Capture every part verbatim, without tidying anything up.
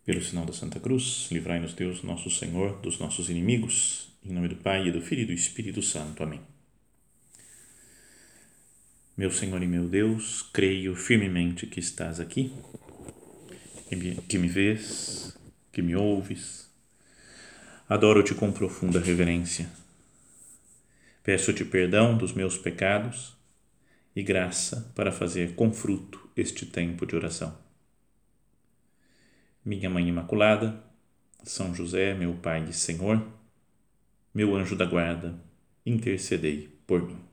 Pelo sinal da Santa Cruz, livrai-nos Deus, nosso Senhor, dos nossos inimigos. Em nome do Pai, e do Filho e do Espírito Santo. Amém. Meu Senhor e meu Deus, creio firmemente que estás aqui, que me, que me vês, que me ouves. Adoro-te com profunda reverência. Peço-te perdão dos meus pecados e graça para fazer com fruto este tempo de oração. Minha Mãe Imaculada, São José, meu Pai e Senhor, meu anjo da guarda, intercedei por mim.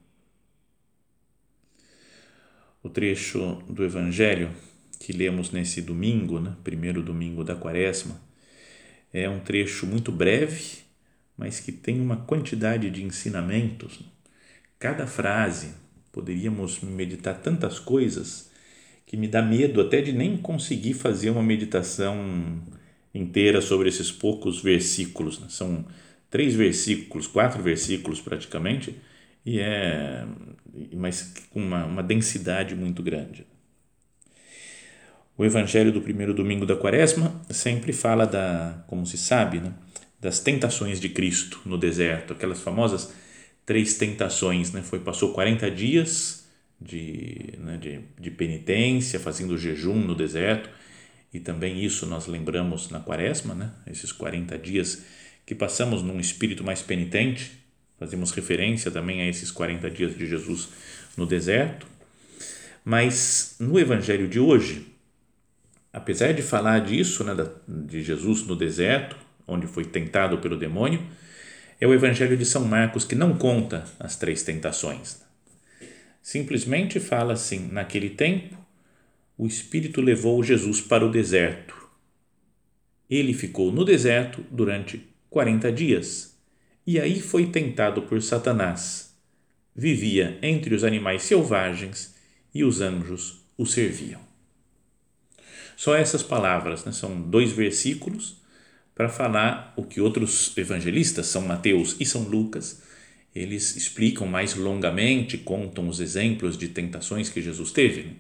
O trecho do Evangelho que lemos nesse domingo, né, primeiro domingo da Quaresma, é um trecho muito breve, mas que tem uma quantidade de ensinamentos. Cada frase, poderíamos meditar tantas coisas que me dá medo até de nem conseguir fazer uma meditação inteira sobre esses poucos versículos. São três versículos, quatro versículos praticamente, e é, mas com uma, uma densidade muito grande. O Evangelho do primeiro domingo da Quaresma sempre fala da, como se sabe, né, das tentações de Cristo no deserto, aquelas famosas três tentações, né? Foi, passou quarenta dias de, né, de, de penitência, fazendo jejum no deserto, e também isso nós lembramos na Quaresma, né? Esses quarenta dias que passamos num espírito mais penitente, fazemos referência também a esses quarenta dias de Jesus no deserto. Mas no Evangelho de hoje, apesar de falar disso, né, de Jesus no deserto, onde foi tentado pelo demônio, é o Evangelho de São Marcos que não conta as três tentações. Simplesmente fala assim: naquele tempo, o Espírito levou Jesus para o deserto. Ele ficou no deserto durante quarenta dias e aí foi tentado por Satanás. Vivia entre os animais selvagens e os anjos o serviam. Só essas palavras, né? São dois versículos para falar o que outros evangelistas, São Mateus e São Lucas, eles explicam mais longamente, contam os exemplos de tentações que Jesus teve.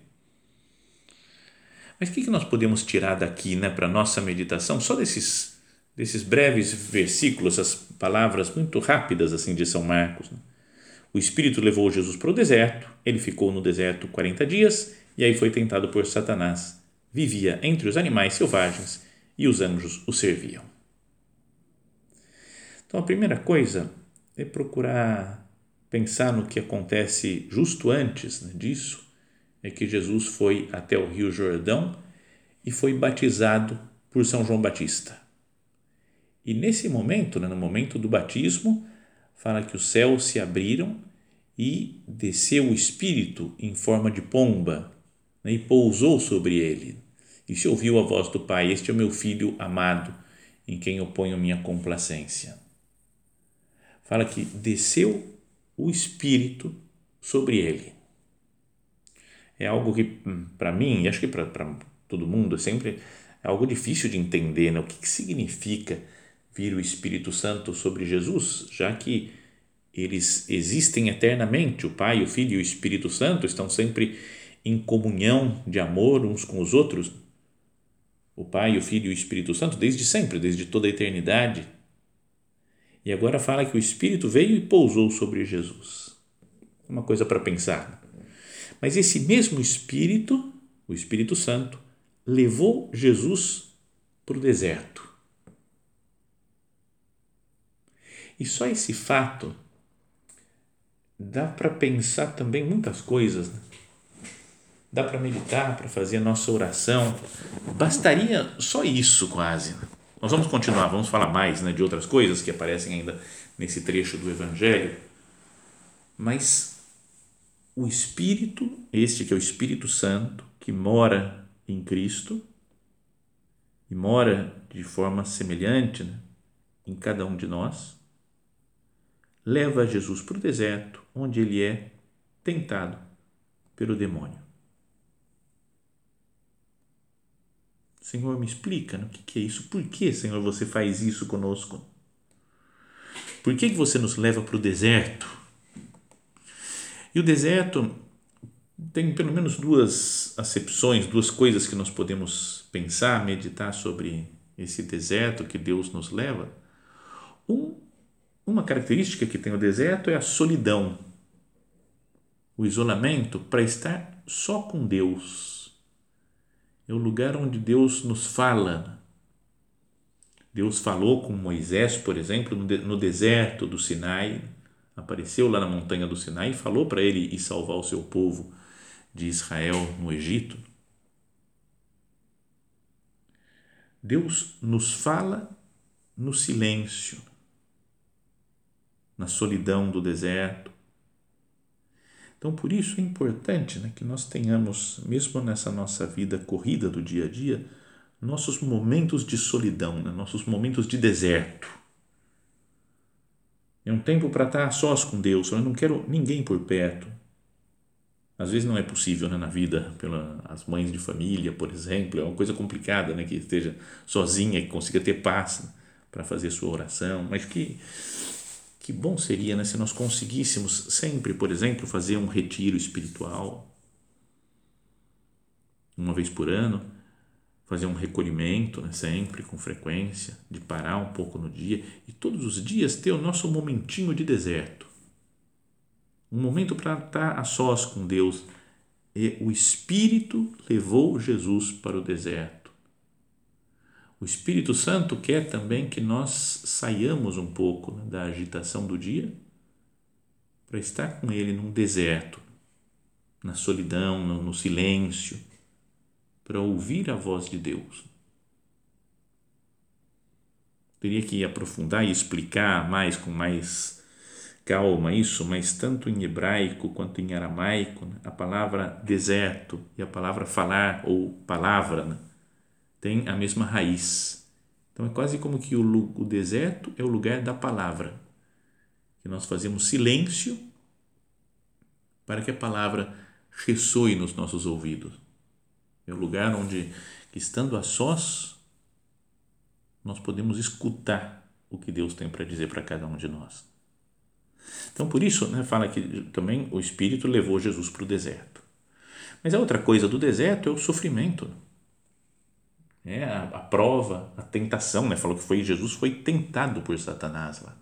Mas o que nós podemos tirar daqui, né, para a nossa meditação, só desses, desses breves versículos, as palavras muito rápidas assim de São Marcos, né? O Espírito levou Jesus para o deserto, ele ficou no deserto quarenta dias e aí foi tentado por Satanás. Vivia entre os animais selvagens e os anjos o serviam. Então, a primeira coisa é procurar pensar no que acontece justo antes, né, disso, é que Jesus foi até o Rio Jordão e foi batizado por São João Batista. E nesse momento, né, no momento do batismo, fala que os céus se abriram e desceu o Espírito em forma de pomba, né, e pousou sobre ele. E se ouviu a voz do Pai: este é o meu Filho amado, em quem eu ponho minha complacência. Fala que desceu o Espírito sobre ele. É algo que, para mim, e acho que para, para todo mundo, é sempre é algo difícil de entender, né? O que, que significa vir o Espírito Santo sobre Jesus, já que eles existem eternamente, o Pai, o Filho e o Espírito Santo estão sempre em comunhão de amor uns com os outros. O Pai, o Filho e o Espírito Santo desde sempre, desde toda a eternidade. E agora fala que o Espírito veio e pousou sobre Jesus. Uma coisa para pensar. Mas esse mesmo Espírito, o Espírito Santo, levou Jesus para o deserto. E só esse fato dá para pensar também muitas coisas, né? Dá para meditar, para fazer a nossa oração. Bastaria só isso quase. Nós vamos continuar, vamos falar mais, né, de outras coisas que aparecem ainda nesse trecho do Evangelho, mas o Espírito, este que é o Espírito Santo, que mora em Cristo e mora de forma semelhante, né, em cada um de nós, leva Jesus para o deserto, onde ele é tentado pelo demônio. Senhor, me explica, né, o que é isso? Por que, Senhor, você faz isso conosco? Por que você nos leva para o deserto? E o deserto tem pelo menos duas acepções, duas coisas que nós podemos pensar, meditar sobre, esse deserto que Deus nos leva, um, uma característica que tem o deserto é a solidão, o isolamento para estar só com Deus. É o lugar onde Deus nos fala. Deus falou com Moisés, por exemplo, no deserto do Sinai, apareceu lá na montanha do Sinai e falou para ele ir salvar o seu povo de Israel no Egito. Deus nos fala no silêncio, na solidão do deserto. Então, por isso é importante, né, que nós tenhamos, mesmo nessa nossa vida corrida do dia a dia, nossos momentos de solidão, né, nossos momentos de deserto. É um tempo para estar a sós com Deus. Eu não quero ninguém por perto. Às vezes não é possível, né, na vida, pelas mães de família, por exemplo, é uma coisa complicada, né, que esteja sozinha, que consiga ter paz, né, para fazer sua oração, mas que, que bom seria, né, se nós conseguíssemos sempre, por exemplo, fazer um retiro espiritual, uma vez por ano, fazer um recolhimento, né, sempre, com frequência, de parar um pouco no dia e todos os dias ter o nosso momentinho de deserto. Um momento para estar a sós com Deus. E o Espírito levou Jesus para o deserto. O Espírito Santo quer também que nós saiamos um pouco, né, da agitação do dia para estar com Ele num deserto, na solidão, no, no silêncio, para ouvir a voz de Deus. Teria que aprofundar e explicar mais, com mais calma isso, mas tanto em hebraico quanto em aramaico, né, a palavra deserto e a palavra falar ou palavra, né, tem a mesma raiz. Então é quase como que o, o deserto é o lugar da palavra, que nós fazemos silêncio para que a palavra ressoe nos nossos ouvidos. É o lugar onde, estando a sós, nós podemos escutar o que Deus tem para dizer para cada um de nós. Então, por isso, né, fala que também o Espírito levou Jesus para o deserto. Mas a outra coisa do deserto é o sofrimento. É a, a prova, a tentação. Né? Falou que foi, Jesus foi tentado por Satanás lá.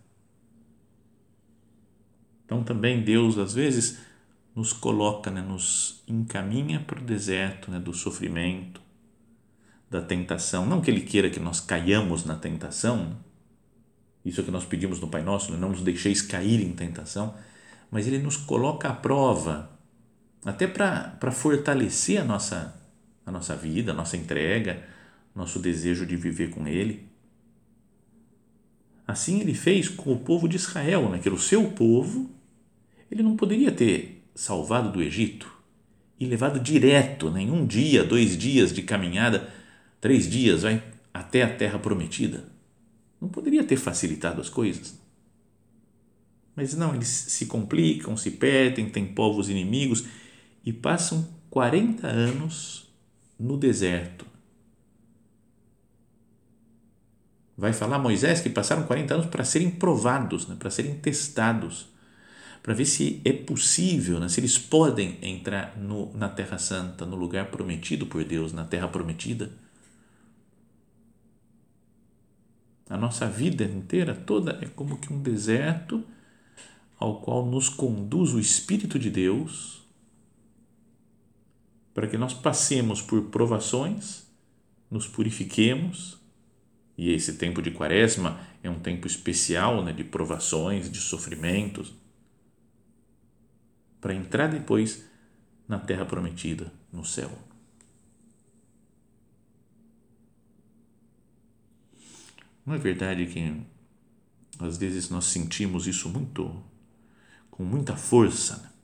Então, também Deus, às vezes, nos coloca, né, nos encaminha para o deserto, né, do sofrimento, da tentação. Não que Ele queira que nós caiamos na tentação, isso é o que nós pedimos no Pai Nosso, né? Não nos deixeis cair em tentação, mas Ele nos coloca à prova, até para fortalecer a nossa, a nossa vida, a nossa entrega, nosso desejo de viver com Ele. Assim Ele fez com o povo de Israel, né? Que era o seu povo. Ele não poderia ter salvado do Egito e levado direto, né? Em um dia, dois dias de caminhada, três dias, vai, até a terra prometida. Não poderia ter facilitado as coisas. Mas não, eles se complicam, se perdem, têm povos inimigos e passam quarenta anos no deserto. Vai falar Moisés que passaram quarenta anos para serem provados, né, para serem testados, para ver se é possível, né, se eles podem entrar no, na Terra Santa, no lugar prometido por Deus, na Terra Prometida. A nossa vida inteira toda é como que um deserto ao qual nos conduz o Espírito de Deus para que nós passemos por provações, nos purifiquemos, e esse tempo de Quaresma é um tempo especial, né, de provações, de sofrimentos, para entrar depois na Terra Prometida, no céu. Não é verdade que às vezes nós sentimos isso muito, com muita força, né?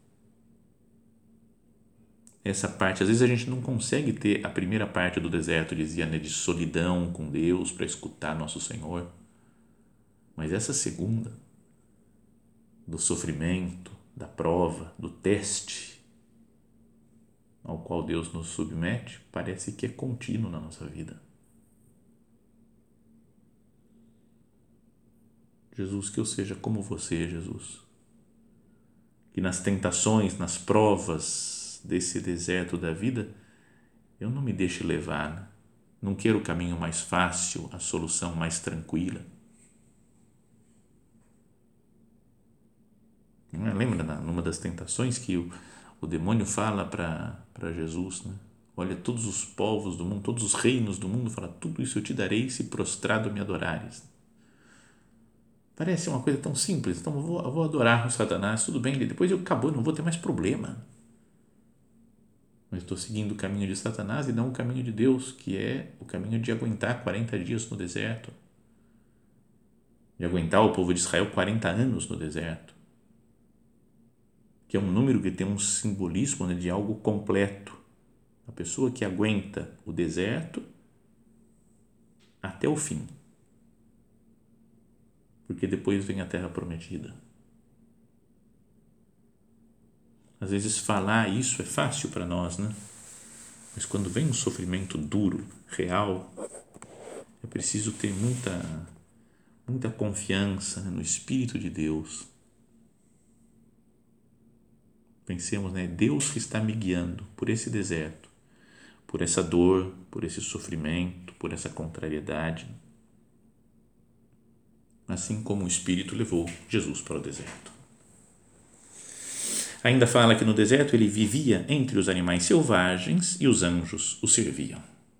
Essa parte, às vezes a gente não consegue ter a primeira parte do deserto, dizia, né, de solidão com Deus para escutar nosso Senhor, mas essa segunda, do sofrimento, da prova, do teste ao qual Deus nos submete, parece que é contínuo na nossa vida. Jesus, que eu seja como você, Jesus, que nas tentações, nas provas desse deserto da vida, eu não me deixe levar, né, Não queira o caminho mais fácil, a solução mais tranquila. Lembra, numa das tentações, que o, o demônio fala para Jesus, né? Olha, todos os povos do mundo, todos os reinos do mundo, fala, tudo isso eu te darei se prostrado me adorares. Parece uma coisa tão simples. Então eu vou, eu vou adorar o Satanás, tudo bem, depois eu acabou, não vou ter mais problema. Mas estou seguindo o caminho de Satanás e não o caminho de Deus, que é o caminho de aguentar quarenta dias no deserto, de aguentar o povo de Israel quarenta anos no deserto, que é um número que tem um simbolismo, né, de algo completo. A pessoa que aguenta o deserto até o fim, porque depois vem a terra prometida. Às vezes falar isso é fácil para nós, né? Mas quando vem um sofrimento duro, real, é preciso ter muita, muita confiança, né, no Espírito de Deus. Pensemos, né? Deus que está me guiando por esse deserto, por essa dor, por esse sofrimento, por essa contrariedade. Assim como o Espírito levou Jesus para o deserto. Ainda fala que no deserto ele vivia entre os animais selvagens e os anjos o serviam.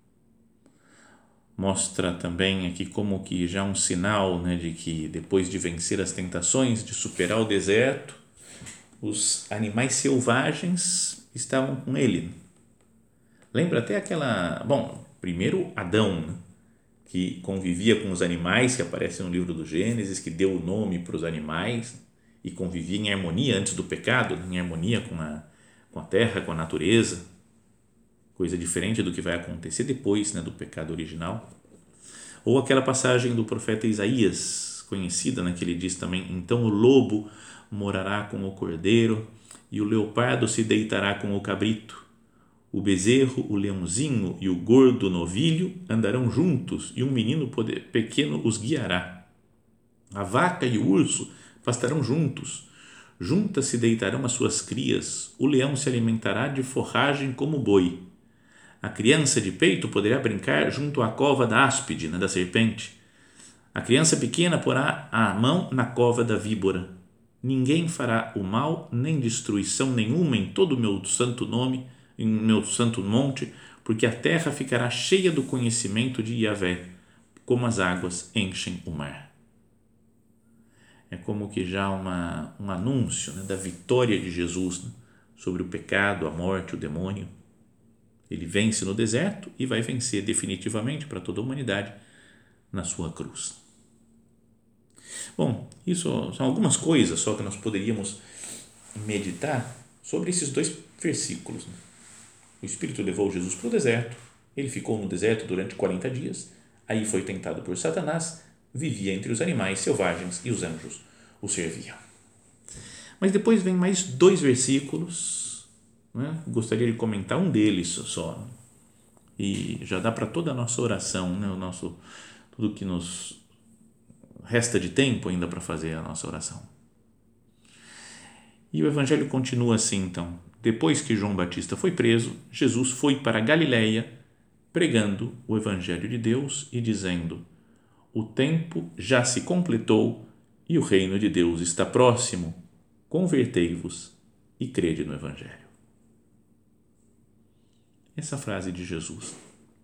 Mostra também aqui como que já um sinal, né, de que depois de vencer as tentações, de superar o deserto, os animais selvagens estavam com ele. Lembra até aquela, bom, primeiro Adão, né, que convivia com os animais, que aparece no livro do Gênesis, que deu o nome para os animais e convivia em harmonia antes do pecado, em harmonia com a, com a terra, com a natureza, coisa diferente do que vai acontecer depois, né, do pecado original. Ou aquela passagem do profeta Isaías, conhecida, né, que ele diz também, então o lobo morará com o cordeiro e o leopardo se deitará com o cabrito, o bezerro, o leãozinho e o gordo novilho andarão juntos e um menino pequeno os guiará. A vaca e o urso pastarão juntos, juntas se deitarão as suas crias, o leão se alimentará de forragem como o boi. A criança de peito poderá brincar junto à cova da áspide, né, da serpente. A criança pequena porá a mão na cova da víbora. Ninguém fará o mal, nem destruição nenhuma em todo o meu santo nome, em meu santo monte, porque a terra ficará cheia do conhecimento de Yahvé, como as águas enchem o mar. É como que já uma, um anúncio, né, da vitória de Jesus, né, sobre o pecado, a morte, o demônio. Ele vence no deserto e vai vencer definitivamente para toda a humanidade na sua cruz. Bom, isso são algumas coisas só que nós poderíamos meditar sobre esses dois versículos. O Espírito levou Jesus para o deserto, ele ficou no deserto durante quarenta dias, aí foi tentado por Satanás, vivia entre os animais selvagens e os anjos o serviam. Mas depois vem mais dois versículos, né? Gostaria de comentar um deles só, e já dá para toda a nossa oração, né? O nosso, tudo que nos resta de tempo ainda para fazer a nossa oração. E o Evangelho continua assim, então. Depois que João Batista foi preso, Jesus foi para a Galileia pregando o Evangelho de Deus e dizendo: o tempo já se completou e o reino de Deus está próximo. Convertei-vos e crede no Evangelho. Essa frase de Jesus,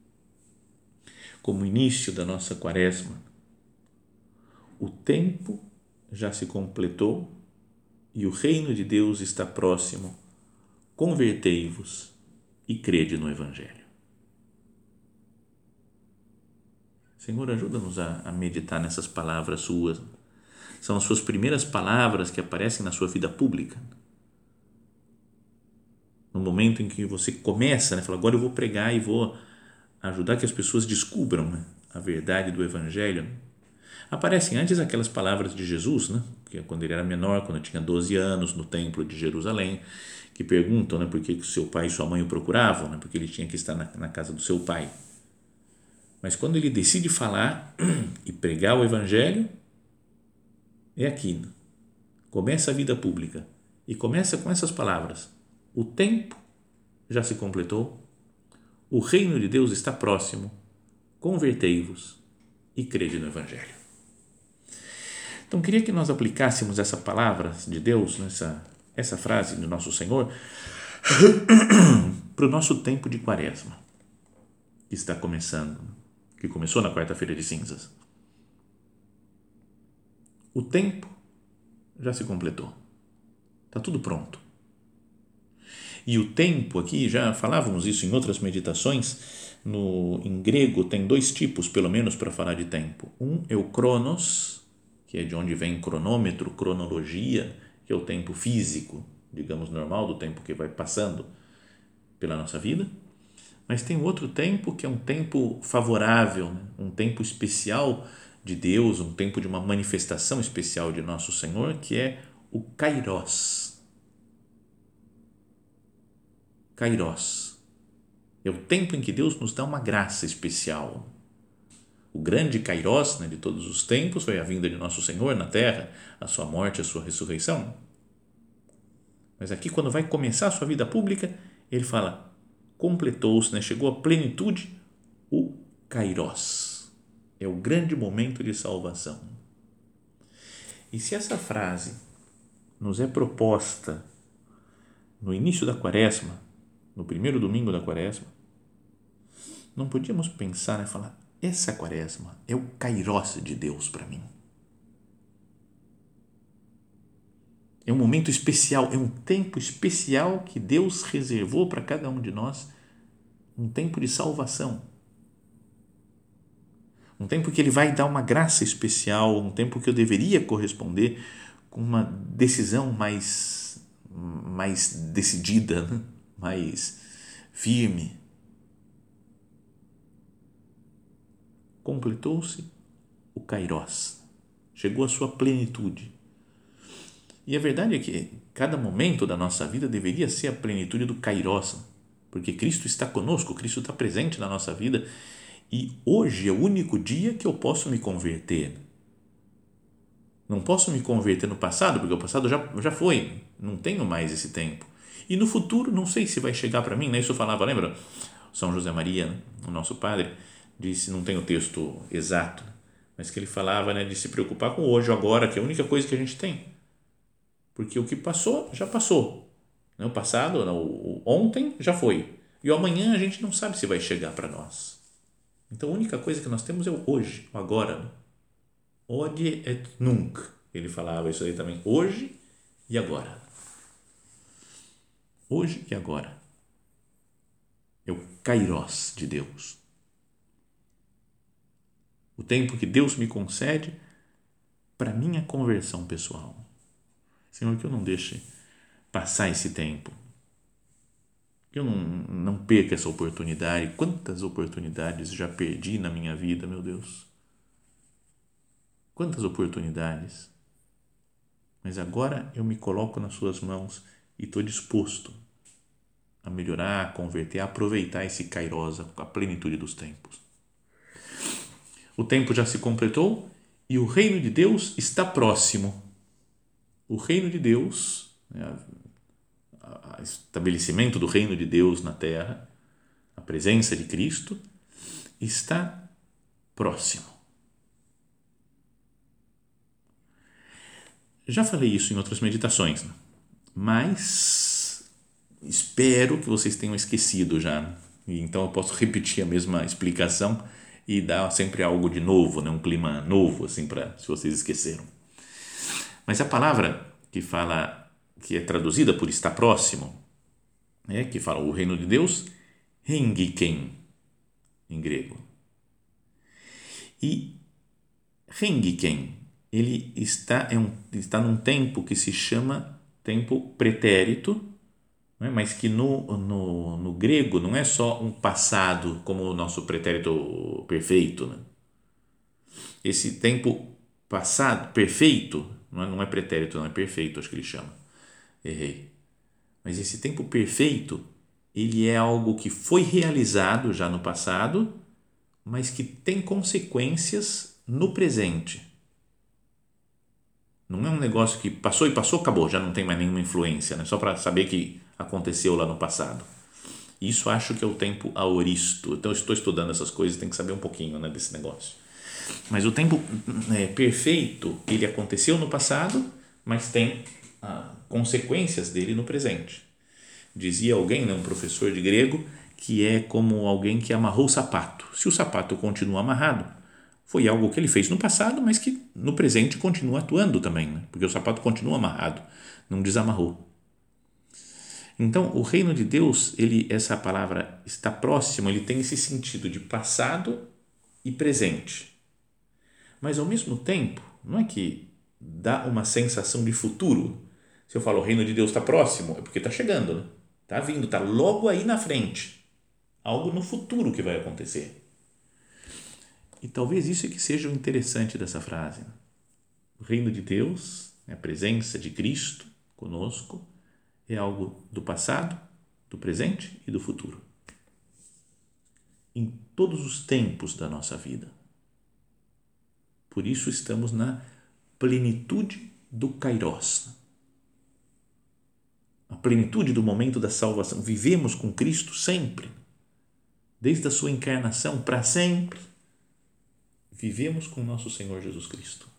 como início da nossa quaresma, o tempo já se completou e o reino de Deus está próximo. Convertei-vos e crede no Evangelho. Senhor, ajuda-nos a, a meditar nessas palavras suas. São as suas primeiras palavras que aparecem na sua vida pública. No momento em que você começa, né, fala, agora eu vou pregar e vou ajudar que as pessoas descubram, né, a verdade do Evangelho. Aparecem antes aquelas palavras de Jesus, né, que quando ele era menor, quando tinha doze anos, no templo de Jerusalém, que perguntam, né, por que seu pai e sua mãe o procuravam, né, porque ele tinha que estar na, na casa do seu pai. Mas quando ele decide falar e pregar o Evangelho, é aqui. Começa a vida pública e começa com essas palavras: o tempo já se completou, o reino de Deus está próximo, convertei-vos e crede no Evangelho. Então, queria que nós aplicássemos essa palavra de Deus, nessa, essa frase do nosso Senhor, para o nosso tempo de quaresma, que está começando, que começou na quarta-feira de cinzas. O tempo já se completou, está tudo pronto. E o tempo aqui, já falávamos isso em outras meditações, no, em grego tem dois tipos, pelo menos, para falar de tempo. Um é o cronos, que é de onde vem cronômetro, cronologia, que é o tempo físico, digamos, normal, do tempo que vai passando pela nossa vida. Mas tem outro tempo que é um tempo favorável, né? Um tempo especial de Deus, um tempo de uma manifestação especial de nosso Senhor, que é o Kairos. Kairos. É o tempo em que Deus nos dá uma graça especial. O grande Kairos, né, de todos os tempos foi a vinda de nosso Senhor na terra, a sua morte, a sua ressurreição. Mas aqui, quando vai começar a sua vida pública, ele fala, completou-se, né, chegou à plenitude o Kairos. É o grande momento de salvação. E se essa frase nos é proposta no início da quaresma, no primeiro domingo da quaresma, não podíamos pensar, né, falar, essa quaresma é o Kairos de Deus para mim. É um momento especial, é um tempo especial que Deus reservou para cada um de nós, um tempo de salvação. Um tempo que Ele vai dar uma graça especial, um tempo que eu deveria corresponder com uma decisão mais, mais decidida, né? Mais firme. Completou-se o Kairos, chegou à sua plenitude. E a verdade é que cada momento da nossa vida deveria ser a plenitude do Kairos, porque Cristo está conosco, Cristo está presente na nossa vida, e hoje é o único dia que eu posso me converter. Não posso me converter no passado, porque o passado já, já foi, não tenho mais esse tempo. E no futuro, não sei se vai chegar para mim, né? Isso eu falava, lembra? São José Maria, né? O nosso padre, disse, não tem o texto exato, mas que ele falava, né, de se preocupar com o hoje, agora, que é a única coisa que a gente tem. Porque o que passou, já passou. O passado, o ontem, já foi. E o amanhã a gente não sabe se vai chegar para nós. Então, a única coisa que nós temos é o hoje, o agora. Hodie et nunc. Ele falava isso aí também. Hoje e agora. Hoje e agora. É o Kairos de Deus. O tempo que Deus me concede para minha conversão pessoal. Senhor, que eu não deixe passar esse tempo. Que eu não, não perca essa oportunidade. Quantas oportunidades já perdi na minha vida, meu Deus. Quantas oportunidades. Mas agora eu me coloco nas suas mãos e estou disposto a melhorar, a converter, a aproveitar esse Kairos, a plenitude dos tempos. O tempo já se completou e o reino de Deus está próximo. O reino de Deus, né, o estabelecimento do reino de Deus na terra, a presença de Cristo, está próximo. Já falei isso em outras meditações, né? Mas espero que vocês tenham esquecido já, né? E então eu posso repetir a mesma explicação e dar sempre algo de novo, né? Um clima novo, assim, para se vocês esqueceram. Mas a palavra que fala, que é traduzida por está próximo, né? Que fala o reino de Deus, hengiken, em grego. E hengiken, ele está, é um, está num tempo que se chama tempo pretérito, né? Mas que no, no, no grego não é só um passado como o nosso pretérito perfeito, né? Esse tempo passado, perfeito, não é, não é pretérito, não é perfeito, acho que ele chama, errei, mas esse tempo perfeito, ele é algo que foi realizado já no passado, mas que tem consequências no presente. Não é um negócio que passou e passou, acabou, já não tem mais nenhuma influência, né? Só para saber que aconteceu lá no passado. Isso acho que é o tempo aoristo. Então, eu estou estudando essas coisas, tem que saber um pouquinho, né, desse negócio. Mas o tempo é, perfeito, ele aconteceu no passado, mas tem ah, consequências dele no presente. Dizia alguém, né, um professor de grego, que é como alguém que amarrou o sapato. Se o sapato continua amarrado, foi algo que ele fez no passado, mas que no presente continua atuando também, né? Porque o sapato continua amarrado, não desamarrou. Então, o reino de Deus, ele, essa palavra está próximo, ele tem esse sentido de passado e presente. Mas, ao mesmo tempo, não é que dá uma sensação de futuro. Se eu falo o reino de Deus está próximo, é porque está chegando, né? Está vindo, está logo aí na frente. Algo no futuro que vai acontecer. E talvez isso é que seja o interessante dessa frase. O reino de Deus, a presença de Cristo conosco, é algo do passado, do presente e do futuro. Em todos os tempos da nossa vida. Por isso estamos na plenitude do Kairos. A plenitude do momento da salvação. Vivemos com Cristo sempre. Desde a sua encarnação para sempre. Vivemos com nosso Senhor Jesus Cristo.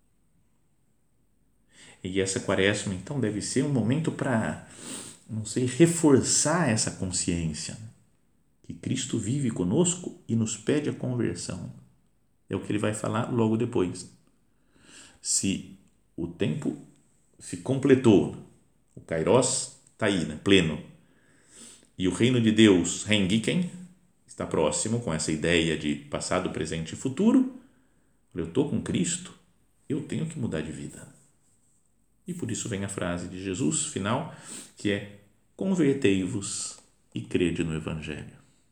E essa quaresma, então, deve ser um momento para, não sei, reforçar essa consciência que Cristo vive conosco e nos pede a conversão. É o que ele vai falar logo depois. Se o tempo se completou, o Kairos está aí, né, pleno, e o reino de Deus, Rengiken, está próximo com essa ideia de passado, presente e futuro, eu estou com Cristo, eu tenho que mudar de vida. E por isso vem a frase de Jesus, final, que é: convertei-vos e crede no Evangelho.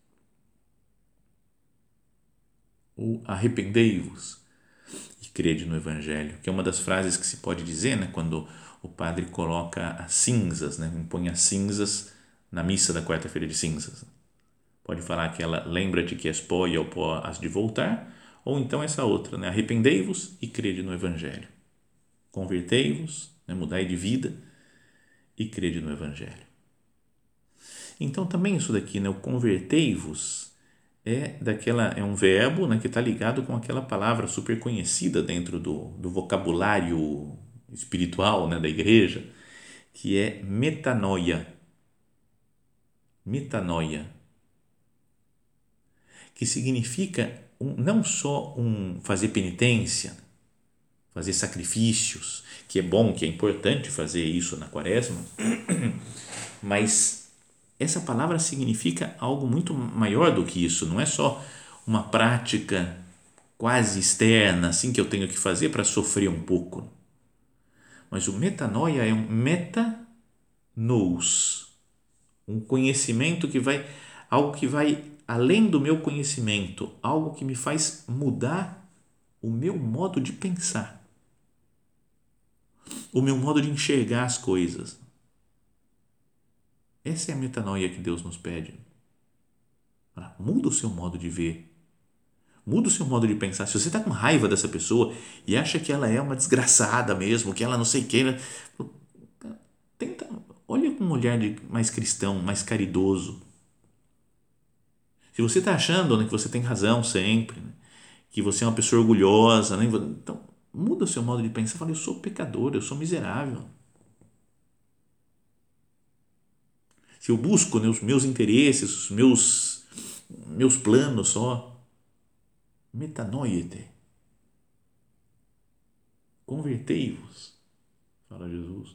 Ou arrependei-vos e crede no Evangelho, que é uma das frases que se pode dizer, né, quando o padre coloca as cinzas, né, põe as cinzas na missa da quarta-feira de cinzas. Pode falar aquela: lembra-te que és pó e ao pó has de voltar, ou então essa outra, né, arrependei-vos e crede no Evangelho. Convertei-vos, né, mudai de vida e crede no Evangelho. Então também isso daqui, né, o convertei-vos é daquela, é um verbo, né, que está ligado com aquela palavra super conhecida dentro do, do vocabulário espiritual, né, da igreja, que é metanoia. Metanoia. Que significa um, não só um fazer penitência, fazer sacrifícios, que é bom, que é importante fazer isso na quaresma, mas essa palavra significa algo muito maior do que isso. Não é só uma prática quase externa, assim, que eu tenho que fazer para sofrer um pouco. Mas o metanoia é um metanous, um conhecimento que vai, algo que vai além do meu conhecimento, algo que me faz mudar o meu modo de pensar, o meu modo de enxergar as coisas. Essa é a metanoia que Deus nos pede. Muda o seu modo de ver. Muda o seu modo de pensar. Se você está com raiva dessa pessoa e acha que ela é uma desgraçada mesmo, que ela não sei o que, tenta, olha com um olhar de, mais cristão, mais caridoso. Se você está achando, né, que você tem razão sempre, né, que você é uma pessoa orgulhosa, né, então muda o seu modo de pensar. Fala: eu sou pecador, eu sou miserável. Se eu busco, né, os meus interesses, os meus, meus planos só, metanoiete, convertei-vos, fala Jesus.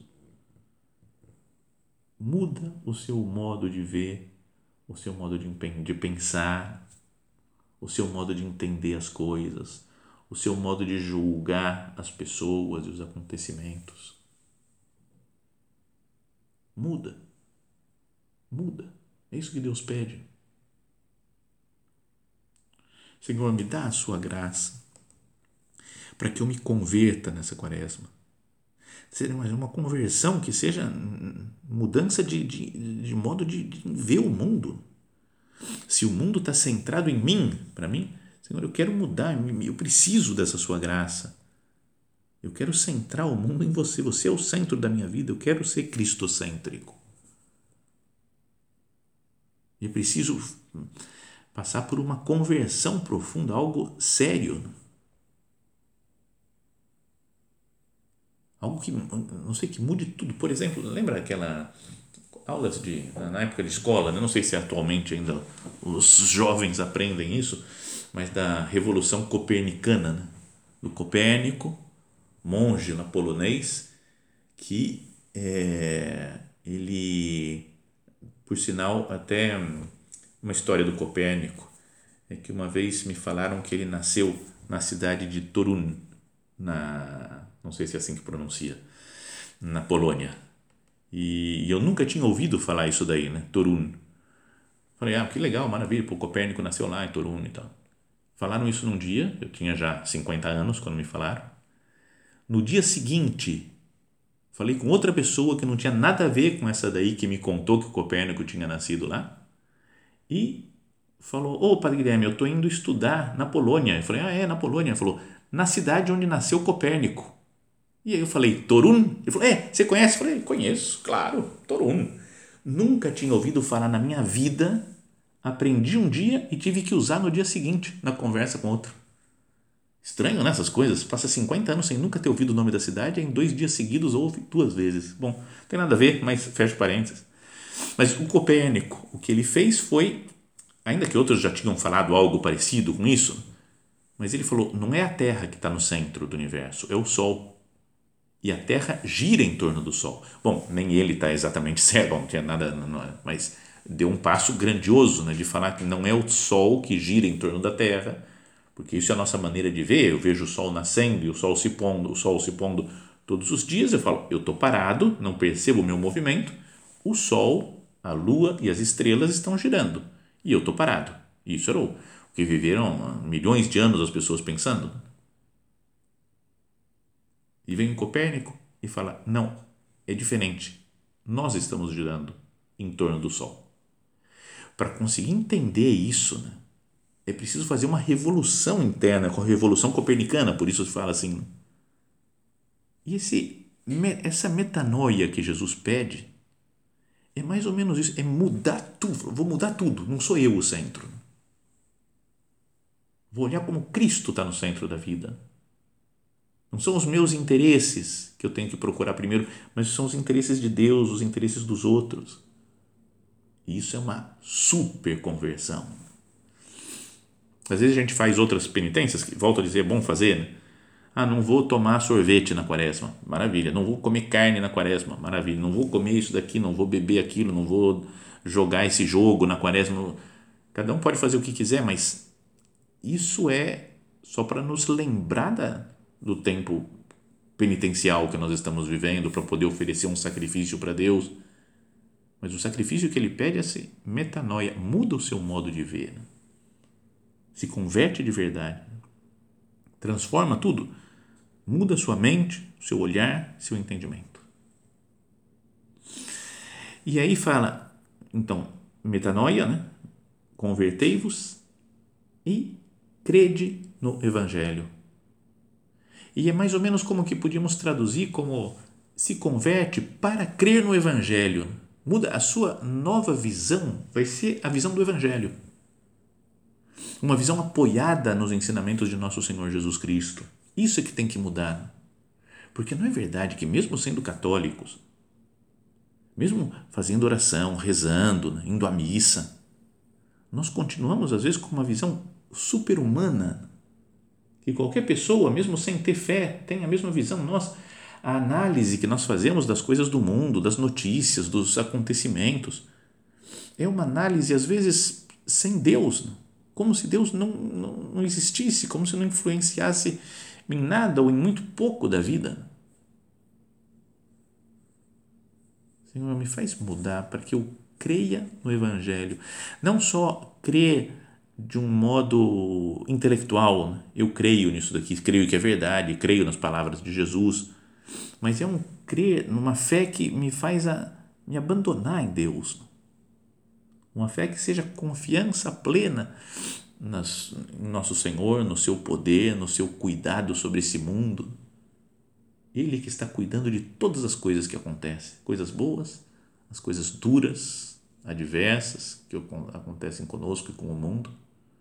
Muda o seu modo de ver, o seu modo de, de pensar, o seu modo de entender as coisas, o seu modo de julgar as pessoas e os acontecimentos. Muda. Muda. É isso que Deus pede. Senhor, me dá a sua graça para que eu me converta nessa quaresma. Seja uma conversão que seja mudança de, de, de modo de, de ver o mundo. Se o mundo está centrado em mim, para mim, Senhor, eu quero mudar, eu preciso dessa sua graça. Eu quero centrar o mundo em você. Você é o centro da minha vida. Eu quero ser cristocêntrico. É preciso passar por uma conversão profunda, algo sério. Algo que, não sei, que mude tudo. Por exemplo, lembra aquela aulas de, na época de escola, né? Não sei se atualmente ainda os jovens aprendem isso, mas da Revolução Copernicana, né? Do Copérnico, monge lá polonês, que é, ele, por sinal, até uma história do Copérnico, é que uma vez me falaram que ele nasceu na cidade de Torun, na, não sei se é assim que pronuncia, na Polônia. E, e eu nunca tinha ouvido falar isso daí, né? Torun. Falei, ah, que legal, maravilha, o Copérnico nasceu lá em Torun e tal. Falaram isso num dia, eu tinha já cinquenta anos quando me falaram. No dia seguinte, falei com outra pessoa que não tinha nada a ver com essa daí que me contou que o Copérnico tinha nascido lá. E falou, ô Padre Guilherme, eu estou indo estudar na Polônia. Eu falei, ah, é, na Polônia. Ele falou, na cidade onde nasceu Copérnico. E aí eu falei, Torun? Ele falou, é, você conhece? Eu falei, conheço, claro, Torun. Nunca tinha ouvido falar na minha vida, aprendi um dia e tive que usar no dia seguinte, na conversa com outro. Estranho, né, essas coisas? Passa cinquenta anos sem nunca ter ouvido o nome da cidade, e em dois dias seguidos ouve duas vezes. Bom, não tem nada a ver, mas fecha parênteses. Mas o Copérnico, o que ele fez foi, ainda que outros já tinham falado algo parecido com isso, mas ele falou, não é a Terra que está no centro do universo, é o Sol. E a Terra gira em torno do Sol. Bom, nem ele está exatamente certo, não tinha nada, não, mas deu um passo grandioso, né, de falar que não é o Sol que gira em torno da Terra, porque isso é a nossa maneira de ver. Eu vejo o Sol nascendo e o Sol se pondo, o Sol se pondo todos os dias. Eu falo, eu estou parado, não percebo o meu movimento. O Sol, a Lua e as estrelas estão girando e eu estou parado. Isso era o que viveram milhões de anos as pessoas pensando. E vem o Copérnico e fala, não, é diferente. Nós estamos girando em torno do Sol. Para conseguir entender isso, né, é preciso fazer uma revolução interna, com a revolução copernicana, por isso se fala assim. E esse, essa metanoia que Jesus pede é mais ou menos isso, é mudar tudo. Vou mudar tudo, não sou eu o centro. Vou olhar como Cristo está no centro da vida. Não são os meus interesses que eu tenho que procurar primeiro, mas são os interesses de Deus, os interesses dos outros. E isso é uma super conversão. Às vezes a gente faz outras penitências, que volto a dizer, é bom fazer, né? Ah, não vou tomar sorvete na quaresma, maravilha. Não vou comer carne na quaresma, maravilha. Não vou comer isso daqui, não vou beber aquilo, não vou jogar esse jogo na quaresma. Cada um pode fazer o que quiser, mas isso é só para nos lembrar da, do tempo penitencial que nós estamos vivendo, para poder oferecer um sacrifício para Deus. Mas o sacrifício que ele pede é essa metanoia, muda o seu modo de ver, né? Se converte de verdade, transforma tudo, muda sua mente, seu olhar, seu entendimento. E aí fala, então, metanoia, né? Convertei-vos e crede no Evangelho. E é mais ou menos como que podíamos traduzir como se converte para crer no Evangelho. Muda a sua nova visão, vai ser a visão do Evangelho. Uma visão apoiada nos ensinamentos de nosso Senhor Jesus Cristo. Isso é que tem que mudar. Porque não é verdade que mesmo sendo católicos, mesmo fazendo oração, rezando, né, indo à missa, nós continuamos às vezes com uma visão super-humana, que qualquer pessoa, mesmo sem ter fé, tem a mesma visão. Nós, a análise que nós fazemos das coisas do mundo, das notícias, dos acontecimentos, é uma análise às vezes sem Deus, né? Como se Deus não, não, não existisse, como se não influenciasse em nada ou em muito pouco da vida. Senhor, me faz mudar para que eu creia no Evangelho. Não só crer de um modo intelectual, né? Eu creio nisso daqui, creio que é verdade, creio nas palavras de Jesus, mas é um crer numa fé que me faz a, me abandonar em Deus. Uma fé que seja confiança plena nas, em nosso Senhor, no seu poder, no seu cuidado sobre esse mundo. Ele que está cuidando de todas as coisas que acontecem, coisas boas, as coisas duras, adversas que acontecem conosco e com o mundo.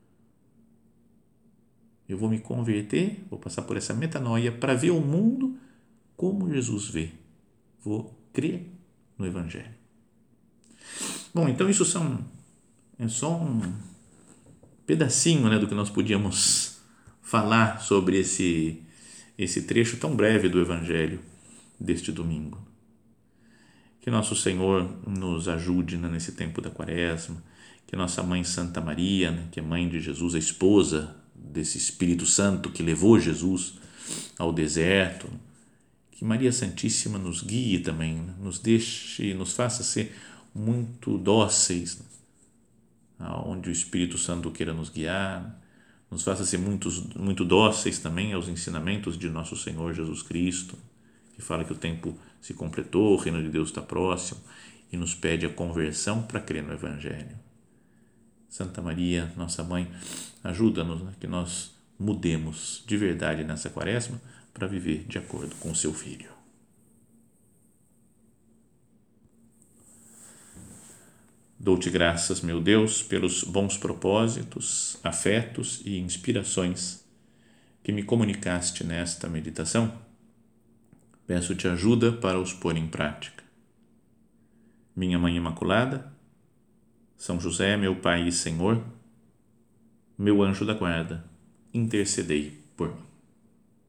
Eu vou me converter, vou passar por essa metanoia para ver o mundo como Jesus vê. Vou crer no Evangelho. Bom, então isso são, é só um pedacinho, né, do que nós podíamos falar sobre esse, esse trecho tão breve do Evangelho deste domingo. Que nosso Senhor nos ajude, né, nesse tempo da Quaresma, que nossa mãe Santa Maria, né, que é mãe de Jesus, a esposa desse Espírito Santo que levou Jesus ao deserto, que Maria Santíssima nos guie também, né, nos deixe, nos faça ser muito dóceis, né, aonde o Espírito Santo queira nos guiar, nos faça ser muitos, muito dóceis também aos ensinamentos de nosso Senhor Jesus Cristo, que fala que o tempo se completou, o reino de Deus está próximo e nos pede a conversão para crer no Evangelho. Santa Maria, nossa mãe, ajuda-nos, né, que nós mudemos de verdade nessa Quaresma para viver de acordo com o seu Filho. Dou-te graças, meu Deus, pelos bons propósitos, afetos e inspirações que me comunicaste nesta meditação. Peço-te ajuda para os pôr em prática. Minha Mãe Imaculada, São José, meu Pai e Senhor, meu anjo da guarda, intercedei por mim.